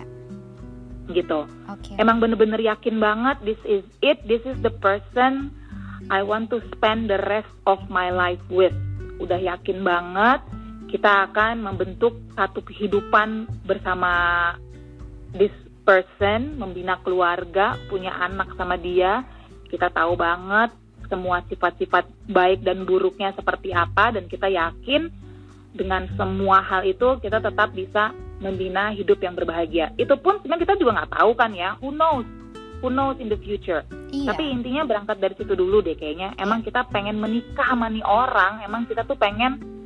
Speaker 2: Gitu. Emang bener-bener yakin banget this is it, this is the person I want to spend the rest of my life with. Udah yakin banget kita akan membentuk satu kehidupan bersama this person, membina keluarga, punya anak sama dia. Kita tahu banget semua sifat-sifat baik dan buruknya seperti apa, dan kita yakin dengan semua hal itu kita tetap bisa membina hidup yang berbahagia. Itu pun sebenarnya kita juga nggak tahu kan ya, who knows in the future. Tapi intinya berangkat dari situ dulu deh kayaknya. Emang kita pengen menikah sama nih orang, emang kita tuh pengen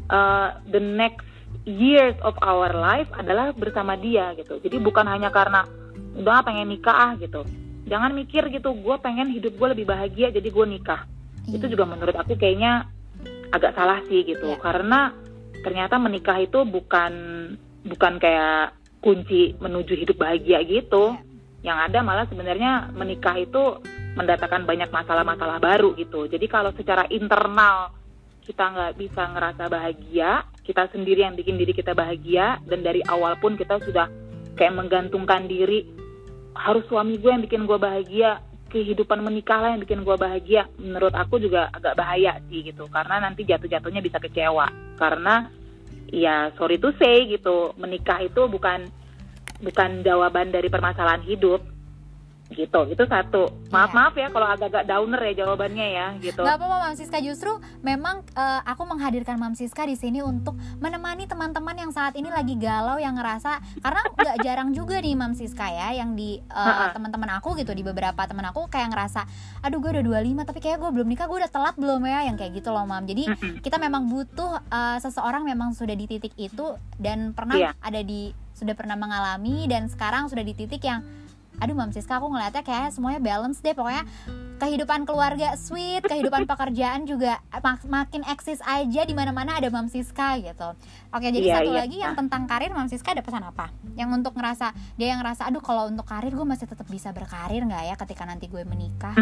Speaker 2: the next years of our life adalah bersama dia gitu. Jadi bukan hanya karena udah pengen nikah gitu. Jangan mikir gitu, gue pengen hidup gue lebih bahagia jadi gue nikah. Itu juga menurut aku kayaknya agak salah sih gitu. Karena ternyata menikah itu bukan kayak kunci menuju hidup bahagia gitu. Yang ada malah sebenarnya menikah itu mendatangkan banyak masalah-masalah baru gitu. Jadi kalau secara internal kita nggak bisa ngerasa bahagia, kita sendiri yang bikin diri kita bahagia, dan dari awal pun kita sudah kayak menggantungkan diri, harus suami gue yang bikin gue bahagia, kehidupan menikah lah yang bikin gue bahagia. Menurut aku juga agak bahaya sih gitu, karena nanti jatuh-jatuhnya bisa kecewa. Karena ya sorry to say gitu, menikah itu bukan jawaban dari permasalahan hidup gitu. Itu satu. Maaf ya kalau agak-agak downer ya jawabannya ya gitu.
Speaker 1: Gak apa-apa Mam Siska, justru memang aku menghadirkan Mam Siska di sini untuk menemani teman-teman yang saat ini lagi galau, yang ngerasa, karena gak jarang juga nih Mam Siska ya, yang di teman-teman aku gitu, di beberapa teman aku kayak ngerasa, aduh gue udah 25 tapi kayak gue belum nikah, gue udah telat belum ya, yang kayak gitu loh Mam. Jadi kita memang butuh seseorang memang sudah di titik itu dan pernah sudah pernah mengalami, dan sekarang sudah di titik yang aduh Mam Siska, aku ngeliatnya kayak semuanya balance deh. Pokoknya kehidupan keluarga sweet, kehidupan pekerjaan juga makin eksis aja, di mana-mana ada Mam Siska gitu. Oke, jadi satu lagi yang tentang karir, Mam Siska ada pesan apa? Yang untuk dia yang ngerasa, aduh kalau untuk karir gue masih tetap bisa berkarir nggak ya ketika nanti gue menikah?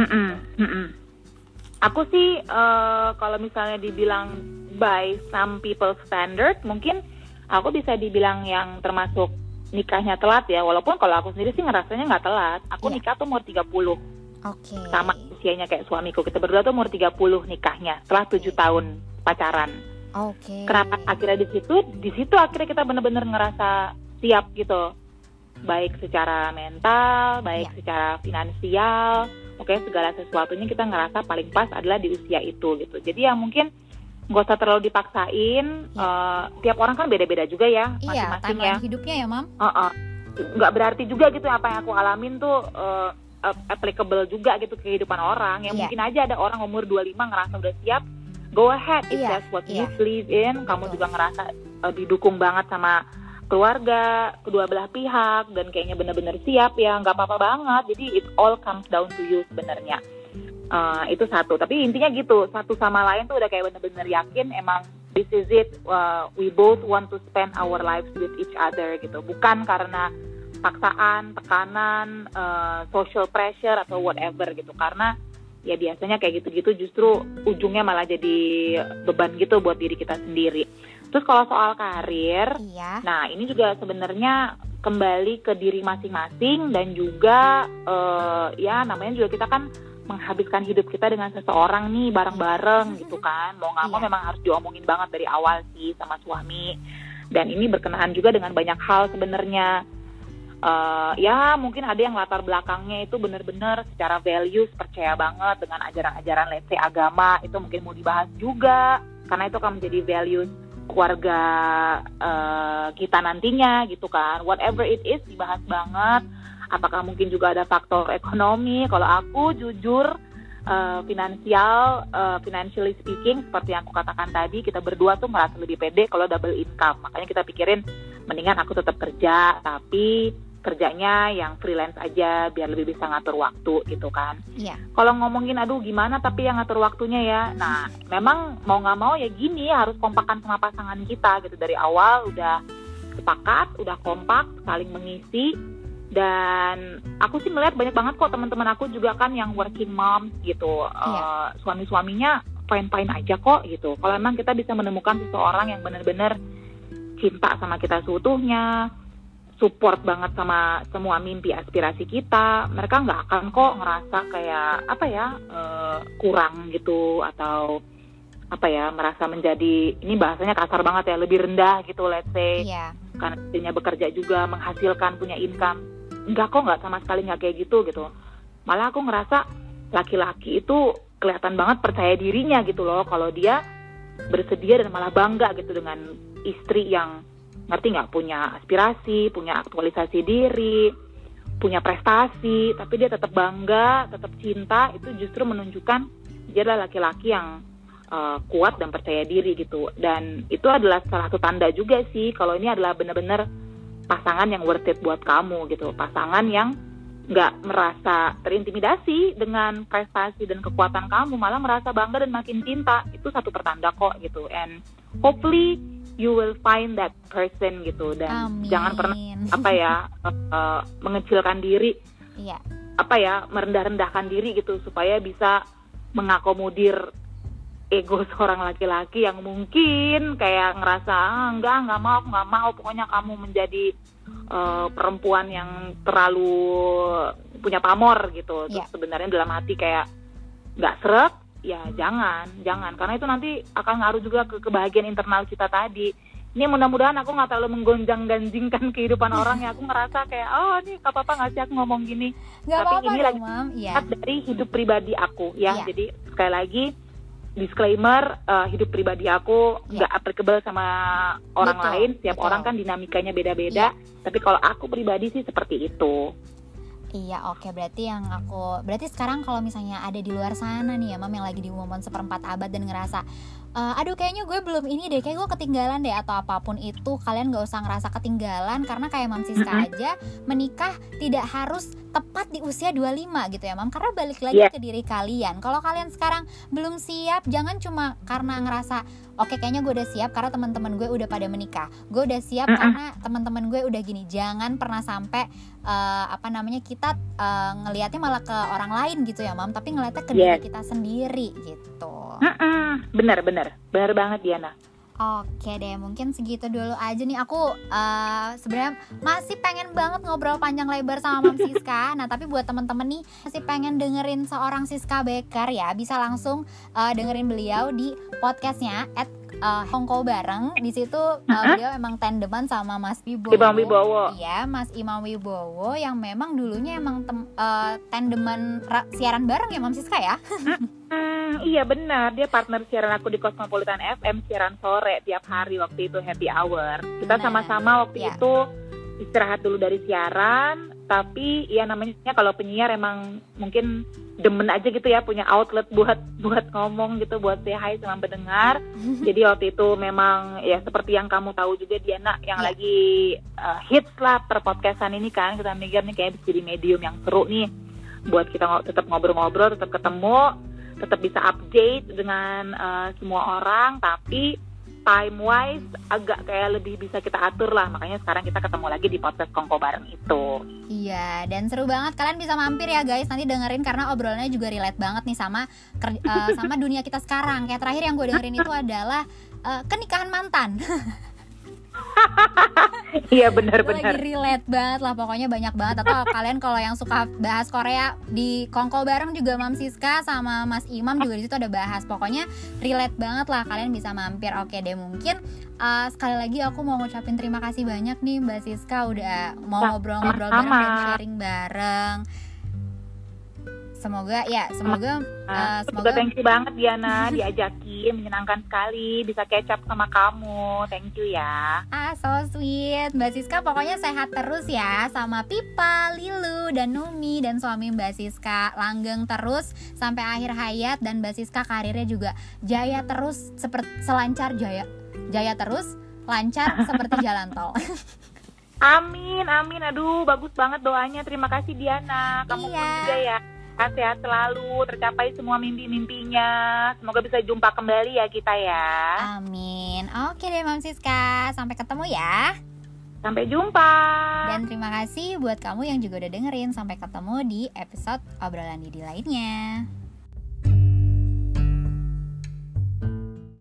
Speaker 2: Aku sih kalau misalnya dibilang by some people standard, mungkin aku bisa dibilang yang termasuk nikahnya telat ya, walaupun kalau aku sendiri sih ngerasanya nggak telat. Aku nikah tuh umur 30. Sama usianya kayak suamiku. Kita berdua tuh umur 30 nikahnya, setelah 7 tahun pacaran. Kenapa akhirnya di situ akhirnya kita benar-benar ngerasa siap gitu. Baik secara mental, baik secara finansial. Segala sesuatunya kita ngerasa paling pas adalah di usia itu gitu. Jadi ya mungkin nggak usah terlalu dipaksain. Tiap orang kan beda-beda juga ya, masing-masing ya
Speaker 1: hidupnya ya Mam.
Speaker 2: Nggak berarti juga gitu apa yang aku alamin tuh applicable juga gitu ke kehidupan orang. Yang mungkin aja ada orang umur 25 ngerasa udah siap, go ahead, if that's what you believe in. Kamu juga ngerasa didukung banget sama keluarga, kedua belah pihak, dan kayaknya benar-benar siap ya, nggak apa-apa banget. Jadi it all comes down to you sebenarnya. Itu satu, tapi intinya gitu, satu sama lain tuh udah kayak bener-bener yakin emang this is it, we both want to spend our lives with each other gitu, bukan karena paksaan, tekanan, social pressure atau whatever gitu, karena ya biasanya kayak gitu-gitu justru ujungnya malah jadi beban gitu buat diri kita sendiri. Terus kalau soal karir, nah ini juga sebenarnya kembali ke diri masing-masing, dan juga ya namanya juga kita kan menghabiskan hidup kita dengan seseorang nih bareng-bareng gitu kan. Mau nggak mau memang harus diomongin banget dari awal sih sama suami. Dan ini berkenaan juga dengan banyak hal sebenarnya. Ya mungkin ada yang latar belakangnya itu benar-benar secara values percaya banget dengan ajaran-ajaran let's say agama, itu mungkin mau dibahas juga karena itu akan menjadi values keluarga kita nantinya gitu kan. Whatever it is dibahas banget. Apakah mungkin juga ada faktor ekonomi? Kalau aku jujur financially speaking, seperti yang aku katakan tadi, kita berdua tuh merasa lebih pede kalau double income. Makanya kita pikirin mendingan aku tetap kerja, tapi kerjanya yang freelance aja biar lebih bisa ngatur waktu gitu kan. Kalau ngomongin aduh gimana tapi yang ngatur waktunya ya. Nah memang mau nggak mau ya gini, harus kompakan sama pasangan kita gitu dari awal, udah sepakat, udah kompak, saling mengisi. Dan aku sih melihat banyak banget kok teman-teman aku juga kan yang working mom gitu, suami-suaminya fine-fine aja kok gitu. Kalau memang kita bisa menemukan seseorang yang benar-benar cinta sama kita seutuhnya, support banget sama semua mimpi aspirasi kita, mereka nggak akan kok ngerasa kayak kurang gitu, atau merasa menjadi, ini bahasanya kasar banget ya, lebih rendah gitu let's say, karena dirinya bekerja juga menghasilkan, punya income. Enggak kok, nggak sama sekali nggak kayak gitu. Malah aku ngerasa laki-laki itu kelihatan banget percaya dirinya gitu loh, kalau dia bersedia dan malah bangga gitu dengan istri yang ngerti nggak, punya aspirasi, punya aktualisasi diri, punya prestasi, tapi dia tetap bangga, tetap cinta. Itu justru menunjukkan dia adalah laki-laki yang kuat dan percaya diri gitu. Dan itu adalah salah satu tanda juga sih kalau ini adalah benar-benar pasangan yang worth it buat kamu gitu, pasangan yang nggak merasa terintimidasi dengan prestasi dan kekuatan kamu, malah merasa bangga dan makin cinta. Itu satu pertanda kok gitu. And hopefully you will find that person gitu. Dan
Speaker 1: Amin.
Speaker 2: jangan pernah mengecilkan diri,
Speaker 1: Iya.
Speaker 2: merendah-rendahkan diri gitu, supaya bisa mengakomodir ego seorang laki-laki yang mungkin kayak ngerasa nggak mau, pokoknya kamu menjadi perempuan yang terlalu punya pamor gitu. Terus sebenarnya dalam hati kayak nggak srek, ya jangan, karena itu nanti akan ngaruh juga ke kebahagiaan internal kita tadi. Ini mudah-mudahan aku nggak terlalu menggonjang-ganjingkan kehidupan orang ya. Aku ngerasa kayak ini nggak apa-apa nggak sih aku ngomong gini.
Speaker 1: Gak
Speaker 2: tapi
Speaker 1: apa-apa
Speaker 2: ini
Speaker 1: dong,
Speaker 2: lagi
Speaker 1: Mam. Iya.
Speaker 2: dari hidup pribadi aku ya.
Speaker 1: Iya.
Speaker 2: Jadi sekali lagi disclaimer, hidup pribadi aku nggak applicable sama orang lain. Setiap orang kan dinamikanya beda-beda. Tapi kalau aku pribadi sih seperti itu.
Speaker 1: Iya, oke. Berarti sekarang kalau misalnya ada di luar sana nih ya, Mam, yang lagi di momen seperempat abad dan ngerasa aduh kayaknya gue belum ini deh, kayak gue ketinggalan deh atau apapun itu, kalian gak usah ngerasa ketinggalan, karena kayak Mam Siska aja menikah tidak harus tepat di usia 25 gitu ya, Mam, karena balik lagi ke diri kalian. Kalau kalian sekarang belum siap, jangan cuma karena ngerasa oke kayaknya gue udah siap karena teman-teman gue udah pada menikah, gue udah siap karena teman-teman gue udah gini. Jangan pernah sampai kita ngelihatnya malah ke orang lain gitu ya, Mam, tapi ngelihatnya ke diri kita sendiri gitu.
Speaker 2: Benar banget, Diana.
Speaker 1: Oke deh, mungkin segitu dulu aja nih. Aku sebenarnya masih pengen banget ngobrol panjang lebar sama Mam Siska. Nah, tapi buat temen-temen nih masih pengen dengerin seorang Siska Becker ya, bisa langsung dengerin beliau di podcastnya Hongko Bareng. Di situ beliau emang tandeman sama Mas Wibowo.
Speaker 2: Imam Wibowo.
Speaker 1: Iya, Mas Imam Wibowo yang memang dulunya emang tandeman siaran bareng ya, Mam Siska ya.
Speaker 2: Iya benar, dia partner siaran aku di Cosmopolitan FM, siaran sore tiap hari waktu itu, happy hour. Kita sama-sama waktu itu istirahat dulu dari siaran, tapi ya namanya kalau penyiar emang mungkin demen aja gitu ya, punya outlet buat ngomong gitu, buat say hi sama pendengar. Jadi waktu itu memang ya seperti yang kamu tahu juga, Diana, yang lagi hits lah per podcastan ini kan, kita mikir nih kayak bisa jadi medium yang seru nih buat kita tetap ngobrol-ngobrol, tetap ketemu, tetap bisa update dengan semua orang, tapi time wise agak kayak lebih bisa kita atur lah. Makanya sekarang kita ketemu lagi di podcast Hongko Bareng itu.
Speaker 1: Iya, dan seru banget. Kalian bisa mampir ya guys, nanti dengerin karena obrolannya juga relate banget nih sama sama dunia kita sekarang. Kayak terakhir yang gue dengerin itu adalah kenikahan mantan.
Speaker 2: Iya benar.
Speaker 1: Lagi relate banget lah, pokoknya banyak banget. Atau kalian kalau yang suka bahas Korea di Hongko Bareng juga Mam Siska sama Mas Imam juga di situ ada bahas. Pokoknya relate banget lah, kalian bisa mampir. Oke deh, mungkin sekali lagi aku mau ngucapin terima kasih banyak nih Mbak Siska udah mau ngobrol-ngobrol bareng dan sharing bareng. Semoga
Speaker 2: thank you banget Diana, diajakin, menyenangkan sekali bisa catch up sama kamu. Thank you ya.
Speaker 1: So sweet Mbak Siska, pokoknya sehat terus ya, sama Pipa, Lilu, dan Numi, dan suami Mbak Siska langgeng terus sampai akhir hayat, dan Mbak Siska karirnya juga jaya terus jaya terus lancar seperti jalan tol.
Speaker 2: Amin. Aduh, bagus banget doanya. Terima kasih Diana. Kamu pun juga ya. Sehat selalu, tercapai semua mimpi-mimpinya. Semoga bisa jumpa kembali ya kita ya.
Speaker 1: Amin. Oke deh Mam Siska, sampai ketemu ya.
Speaker 2: Sampai jumpa.
Speaker 1: Dan terima kasih buat kamu yang juga udah dengerin. Sampai ketemu di episode obrolan Didi lainnya.